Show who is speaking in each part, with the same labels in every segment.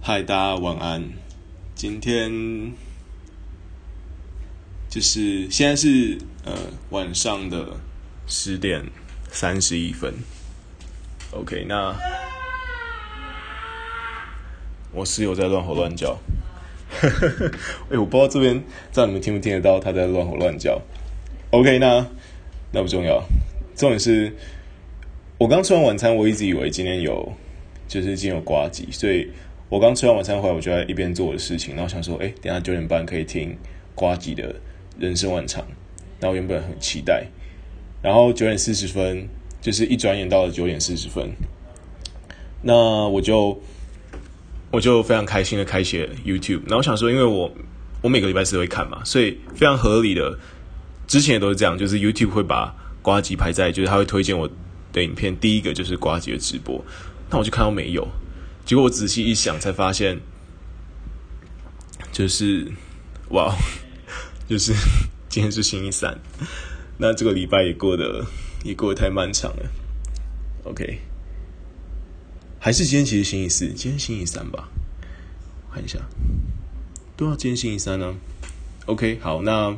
Speaker 1: 嗨，大家晚安。今天就是现在是晚上的10:31。OK， 那我室友在乱吼乱叫。我不知道这边知道你们听不听得到他在乱吼乱叫。OK， 那不重要，重点是我刚吃完晚餐，我一直以为今天有呱吉，所以我刚吃完晚餐回来，我就在一边做我的事情，然后想说，等一下9:30可以听呱吉的人生晚场，然后我原本很期待，然后9:40，就是一转眼到了9:40，那我就非常开心的开启了 YouTube， 然后我想说，因为我每个礼拜四会看嘛，所以非常合理的，之前也都是这样，就是 YouTube 会把呱吉排在，就是他会推荐我的影片，第一个就是呱吉的直播，那我就看到没有。结果我仔细一想，才发现，就是今天是星期三，那这个礼拜也过得太漫长了。OK， 还是今天其实星期四，今天星期三吧？我看一下，对啊，今天星期三呢。OK， 好，那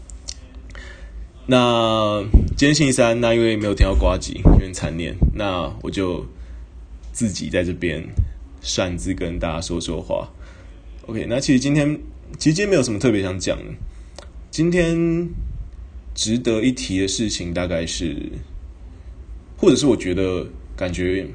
Speaker 1: 今天星期三，那因为没有听到呱吉，有点残念，那我就自己在这边擅自跟大家说说话。OK， 那其实今天没有什么特别想讲的。今天值得一提的事情大概是，或者是我觉得感觉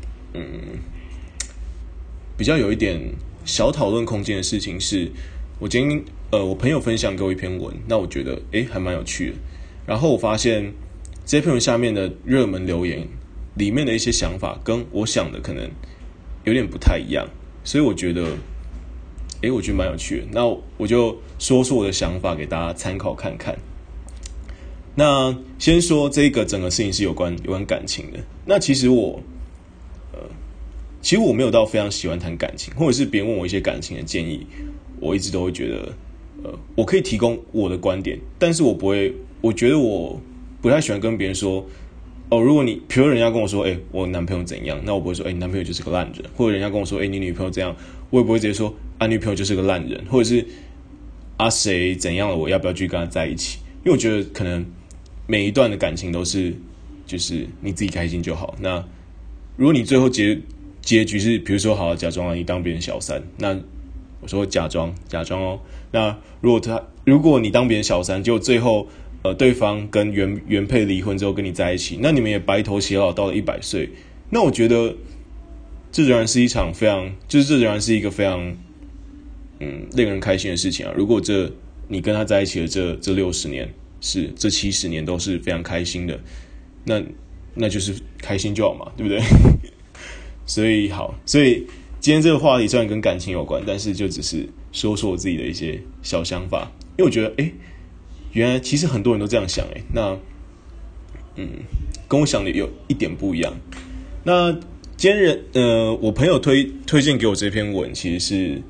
Speaker 1: 比较有一点小讨论空间的事情是，我今天我朋友分享给我一篇文，那我觉得还蛮有趣的。然后我发现这篇文下面的热门留言里面的一些想法跟我想的可能有点不太一样，所以我觉得蛮有趣的。那我就说我的想法给大家参考看看。那先说这个整个事情是有关感情的。那其实我没有到非常喜欢谈感情，或者是别人问我一些感情的建议，我一直都会觉得我可以提供我的观点，但是我觉得我不太喜欢跟别人说如果比如人家跟我说我男朋友怎样，那我不会说你男朋友就是个烂人，或者人家跟我说你女朋友怎样，我也不会直接说女朋友就是个烂人，或者是谁怎样了，我要不要继续跟他在一起？因为我觉得可能每一段的感情都是就是你自己开心就好。那如果你最后结局是比如说好假装你当别人小三，那我说假装哦。那如果你当别人小三，结果最后对方跟原配离婚之后跟你在一起，那你们也白头偕老到了100岁，那我觉得这仍然是一场非常，就是这仍然是一个非常令人开心的事情啊。如果你跟他在一起的这60年，这70年都是非常开心的，那就是开心就好嘛，对不对？所以今天这个话题虽然跟感情有关，但是就只是说我自己的一些小想法，因为我觉得原来其实很多人都这样想那跟我想的有一点不一样。那今天我朋友推荐给我这篇文，其实是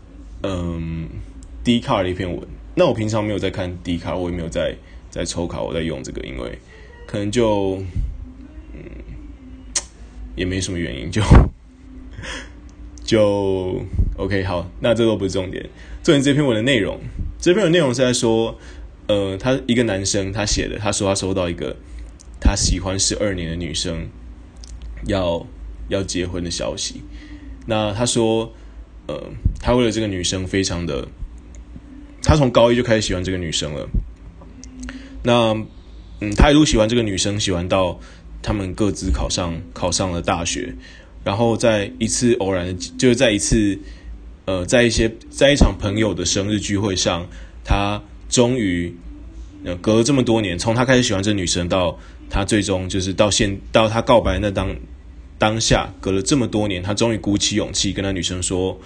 Speaker 1: Dcard 的一篇文。那我平常没有在看 Dcard， 我也没有在抽卡，我在用这个，因为可能就也没什么原因，就 OK 好，那这都不是重点。重点这篇文的内容，这篇文内容是在说他一个男生他写的，他说他收到一个他喜欢12年的女生要结婚的消息。那他说他为了这个女生非常的，他从高一就开始喜欢这个女生了。那他一路喜欢这个女生，喜欢到他们各自考上了大学，然后在一次偶然的，就是在一次在一场朋友的生日聚会上，他终于隔了这么多年，从他开始喜欢这女生到他最终就是到他告白那当下，隔了这么多年，他终于鼓起勇气跟那女生说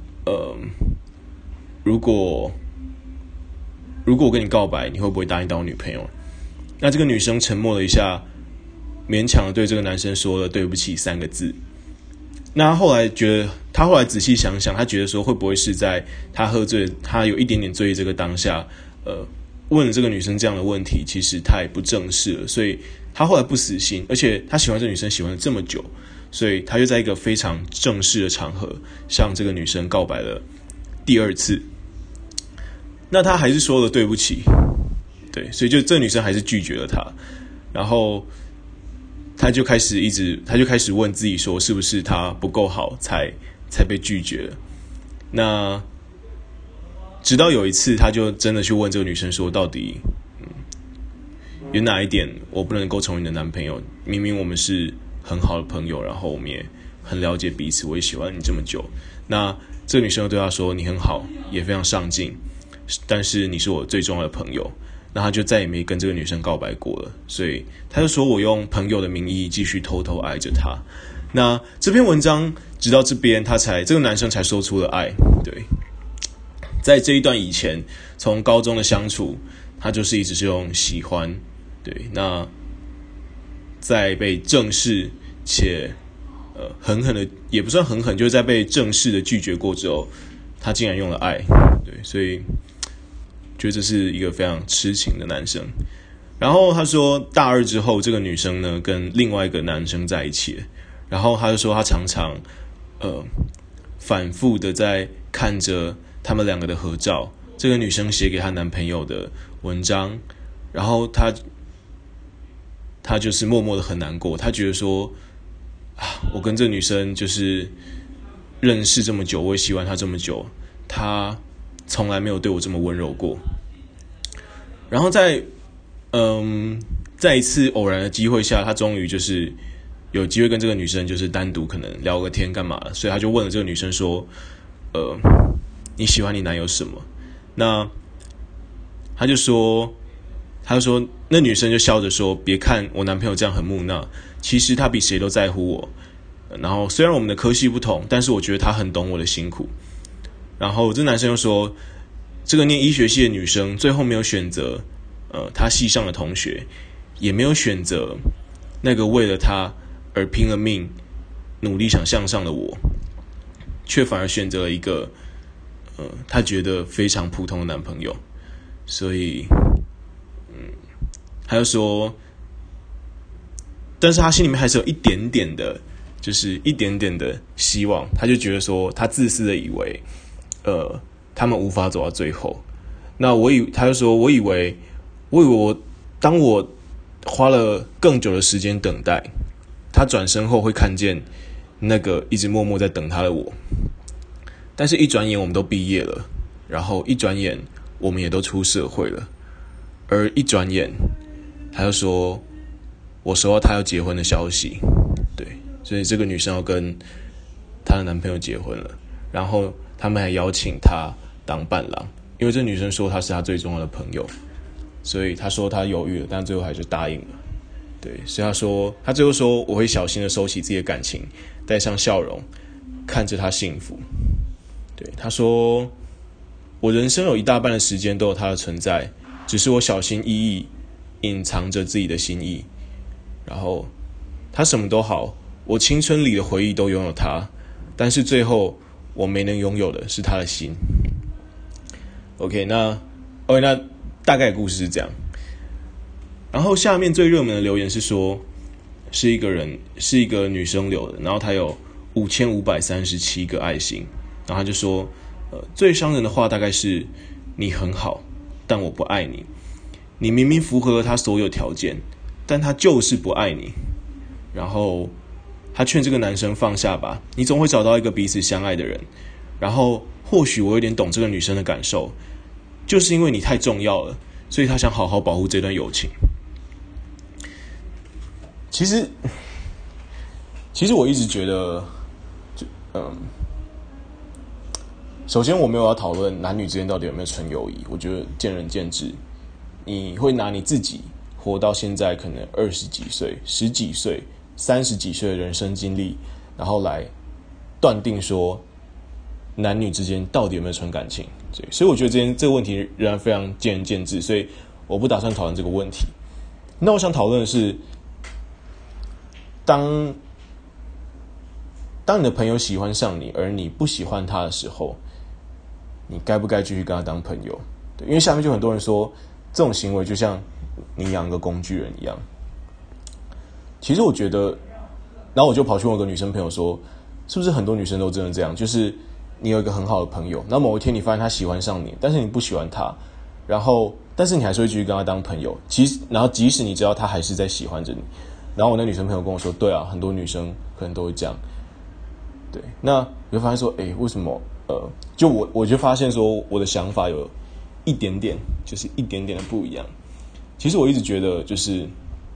Speaker 1: 如果我跟你告白，你会不会答应当我女朋友？那这个女生沉默了一下，勉强的对这个男生说了对不起3个字。那他后来仔细想想，他觉得说会不会是在他喝醉，他有一点点醉这个当下问了这个女生这样的问题，其实太不正式了，所以他后来不死心，而且他喜欢这女生喜欢了这么久， 所以他就在一个非常正式的场合向这个女生告白了第2次。那他还是说了对不起，对，所以就这个女生还是拒绝了他，然后他就开始问自己说，是不是他不够好才被拒绝了？那直到有一次，他就真的去问这个女生说，到底有哪一点我不能够成为你的男朋友？明明我们是很好的朋友，然后我们也很了解彼此，我也喜欢你这么久。那这个女生又对他说，你很好，也非常上进，但是你是我最重要的朋友。那他就再也没跟这个女生告白过了，所以他就说我用朋友的名义继续偷偷爱着她。那这篇文章直到这边，这个男生才说出了爱。对，在这一段以前，从高中的相处，他就是一直是用喜欢。对，那在被正式且狠狠的，也不算狠狠，就是在被正式的拒绝过之后，他竟然用了爱。对，所以觉得这是一个非常痴情的男生。然后他说大2之后，这个女生呢跟另外一个男生在一起了，然后他就说他常常反复的在看着他们2个的合照，这个女生写给她男朋友的文章，然后他就是默默的很难过，他觉得说我跟这女生就是认识这么久，我也喜欢她这么久，她从来没有对我这么温柔过。然后在一次偶然的机会下，他终于就是有机会跟这个女生就是单独可能聊个天干嘛的，所以他就问了这个女生说你喜欢你男友什么？那他就说那女生就笑着说，别看我男朋友这样很木讷，其实他比谁都在乎我，然后虽然我们的科系不同，但是我觉得他很懂我的辛苦。然后这男生又说，这个念医学系的女生最后没有选择他系上的同学，也没有选择那个为了他而拼了命努力想向上的我，却反而选择了一个他觉得非常普通的男朋友。所以他就说，但是他心里面还是有一点点的希望，他就觉得说，他自私的以为他们无法走到最后。那他就说，我以为当我花了更久的时间等待，他转身后会看见那个一直默默在等他的我，但是一转眼我们都毕业了，然后一转眼我们也都出社会了，而一转眼他就说，我收到他要结婚的消息。对，所以这个女生要跟她的男朋友结婚了，然后他们还邀请她当伴郎，因为这女生说她是她最重要的朋友，所以她说她犹豫了，但最后还是答应了。对，所以她最后说，我会小心的收起自己的感情，带上笑容，看着她幸福。对，她说，我人生有一大半的时间都有她的存在，只是我小心翼翼隐藏着自己的心意。然后她什么都好，我青春里的回忆都拥有她，但是最后我没能拥有的是她的心。OK， 那大概的故事是这样。然后下面最热门的留言是说，是一个女生留的，然后她有5537个爱心，然后她就说，最伤人的话大概是，你很好，但我不爱你。你明明符合了她所有条件，但她就是不爱你。然后她劝这个男生放下吧，你总会找到一个彼此相爱的人。然后或许我有点懂这个女生的感受，就是因为你太重要了，所以她想好好保护这段友情。其实我一直觉得，首先我没有要讨论男女之间到底有没有纯友谊，我觉得见仁见智。你会拿你自己活到现在可能20几岁、10几岁、30几岁的人生经历，然后来断定说男女之间到底有没有纯感情。所以我觉得这个问题仍然非常见仁见智，所以我不打算讨论这个问题。那我想讨论的是，当你的朋友喜欢上你，而你不喜欢他的时候，你该不该继续跟他当朋友？对，因为下面就很多人说，这种行为就像你养个工具人一样。其实我觉得， 然后我就跑去问我个女生朋友说，是不是很多女生都真的这样？就是你有一个很好的朋友，那某一天你发现他喜欢上你，但是你不喜欢他，然后但是你还是会继续跟他当朋友。然后即使你知道他还是在喜欢着你，然后我那女生朋友跟我说，对啊，很多女生可能都会这样。对，那我就发现说，为什么？我就发现说，我的想法有一点点的不一样。其实我一直觉得，就是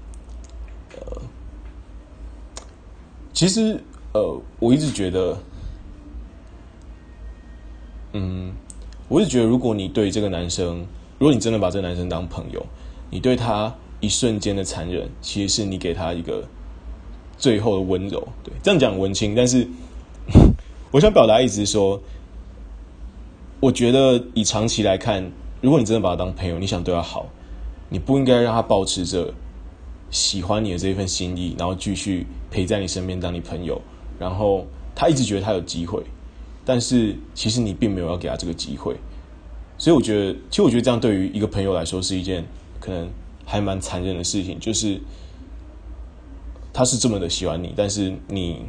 Speaker 1: 我一直觉得，我一直觉得，如果你对这个男生，如果你真的把这个男生当朋友，你对他一瞬间的残忍，其实是你给他一个最后的温柔。对，这样讲文青，但是我想表达意思是说，我觉得以长期来看，如果你真的把他当朋友，你想对他好，你不应该让他保持着喜欢你的这一份心意，然后继续陪在你身边当你朋友，然后他一直觉得他有机会，但是其实你并没有要给他这个机会。所以我觉得这样对于一个朋友来说是一件可能还蛮残忍的事情，就是他是这么的喜欢你，但是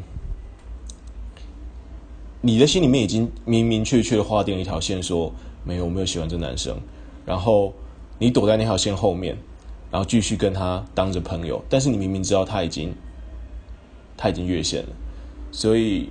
Speaker 1: 你的心里面已经明明确确的划定了一条线，说没有，我没有喜欢这男生，然后你躲在那条线后面，然后继续跟他当着朋友，但是你明明知道他已经越线了。所以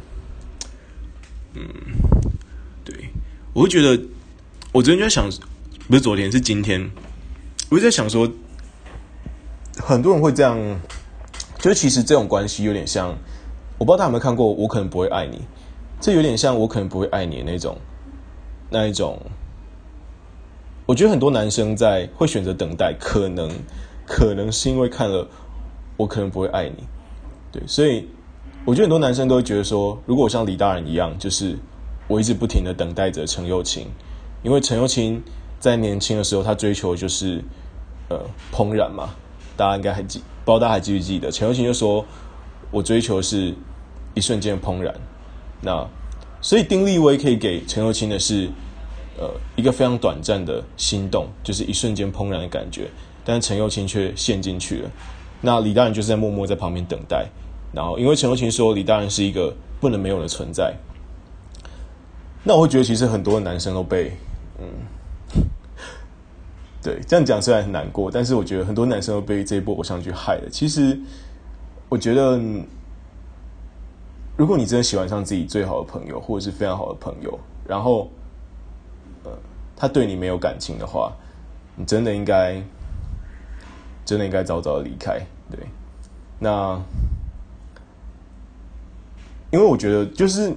Speaker 1: 对，我会觉得，我昨天就在想，不是昨天，是今天，我就在想说，很多人会这样，就是其实这种关系有点像，我不知道大家有没有看过，我可能不会爱你，这有点像我可能不会爱你的那一种。我觉得很多男生会选择等待，可能是因为看了我可能不会爱你，对，所以我觉得很多男生都会觉得说，如果我像李大人一样，就是我一直不停的等待着陈又青，因为陈又青在年轻的时候，他追求就是怦然嘛，大家应该不知道大家还记不记得，陈又青就说我追求的是一瞬间的怦然。那所以丁立威可以给陈又青的是一个非常短暂的心动，就是一瞬间怦然的感觉，但是陈又青却陷进去了。那李大人就是在默默在旁边等待，然后因为陈又青说李大人是一个不能没有的存在，那我会觉得其实很多的男生都被对，这样讲虽然很难过，但是我觉得很多男生都被这一波偶像剧害了。其实我觉得如果你真的喜欢上自己最好的朋友或者是非常好的朋友，然后他对你没有感情的话，你真的应该早早的离开。对，那因为我觉得就是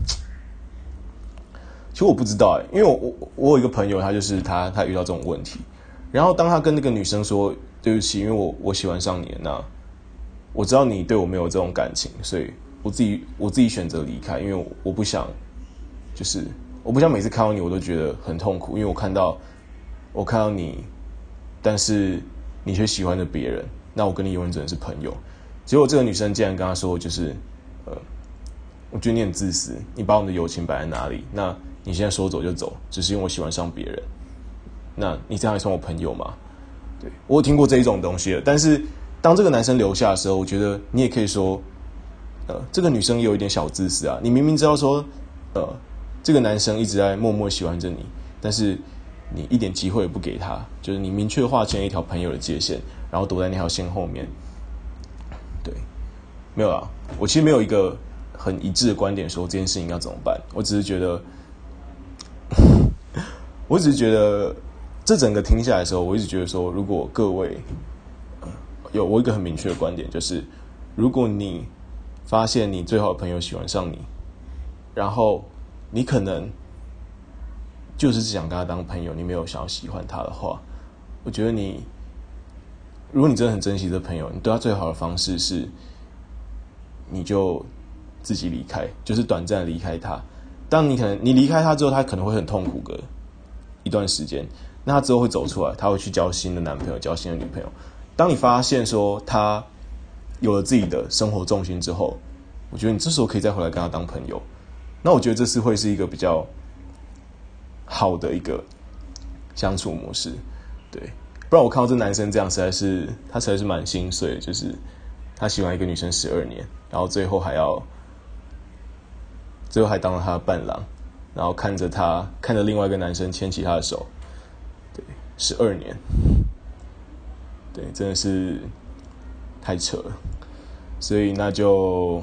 Speaker 1: 其实我不知道因为我有一个朋友，他就是他遇到这种问题，然后当他跟那个女生说对不起，因为我喜欢上你了，那我知道你对我没有这种感情，所以我自己选择离开，因为我不想每次看到你我都觉得很痛苦，因为我看到你，但是你却喜欢着别人，那我跟你永远只能是朋友。结果这个女生竟然跟他说，就是我觉得你很自私，你把我们的友情摆在哪里？那你现在说走就走，只是因为我喜欢上别人，那你这样还算我朋友吗？对，我有听过这一种东西了，但是当这个男生留下的时候，我觉得你也可以说，这个女生也有一点小自私啊。你明明知道说，这个男生一直在默默喜欢着你，但是你一点机会也不给他，就是你明确划清一条朋友的界限，然后躲在那条线后面。对，没有啦，我其实没有一个很一致的观点说这件事情要怎么办，我只是觉得这整个听下来的时候，我一直觉得说，如果各位我一个很明确的观点，就是如果你发现你最好的朋友喜欢上你，然后你可能就是只想跟他当朋友，你没有想要喜欢他的话，我觉得如果你真的很珍惜这朋友，你对他最好的方式是，你就自己离开，就是短暂离开他。当你离开他之后，他可能会很痛苦个一段时间，那他之后会走出来，他会去交新的男朋友，交新的女朋友。当你发现说他有了自己的生活重心之后，我觉得你这时候可以再回来跟他当朋友。那我觉得这会是一个比较好的一个相处模式，对。不然我看到这男生这样，实在是蛮心碎的，就是他喜欢一个女生12年，然后最后还当了他的伴郎，然后看着另外一个男生牵起他的手，对，12年，对，真的是太扯了。所以那就，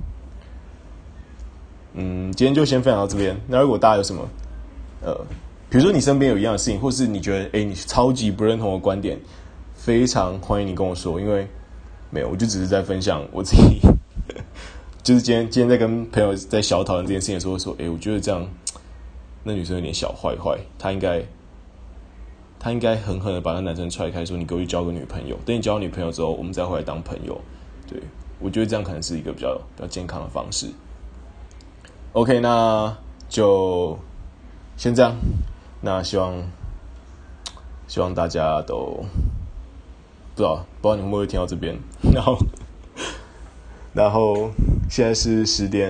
Speaker 1: 今天就先分享到这边。那如果大家有什么，比如说你身边有一样的事情，或是你觉得你超级不认同的观点，非常欢迎你跟我说，因为没有，我就只是在分享我自己，就是今天在跟朋友在小讨论这件事情的时候说，我觉得这样，那女生有点小坏，她应该狠狠的把那男生踹开，说你给我去交个女朋友，等你交女朋友之后，我们再回来当朋友。对，我觉得这样可能是一个比较健康的方式。OK， 那就先这样。那希望大家都不知道你们会不会听到这边。然后现在是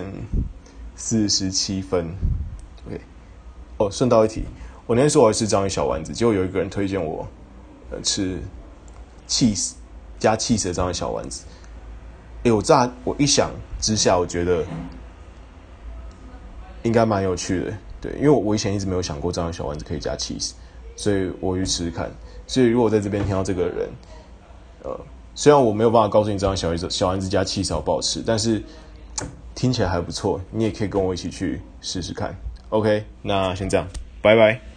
Speaker 1: 10:47。OK， 顺道一提，我那天说我要吃章鱼小丸子，结果有一个人推荐我吃 cheese 加 cheese 的章鱼小丸子。我一想之下，我觉得应该蛮有趣的，对，因为我以前一直没有想过章鱼小丸子可以加 cheese， 所以我去吃吃看。所以如果在这边听到这个人，虽然我没有办法告诉你章鱼小丸子加 cheese 好不好吃，但是听起来还不错，你也可以跟我一起去试试看。OK， 那先这样，拜拜。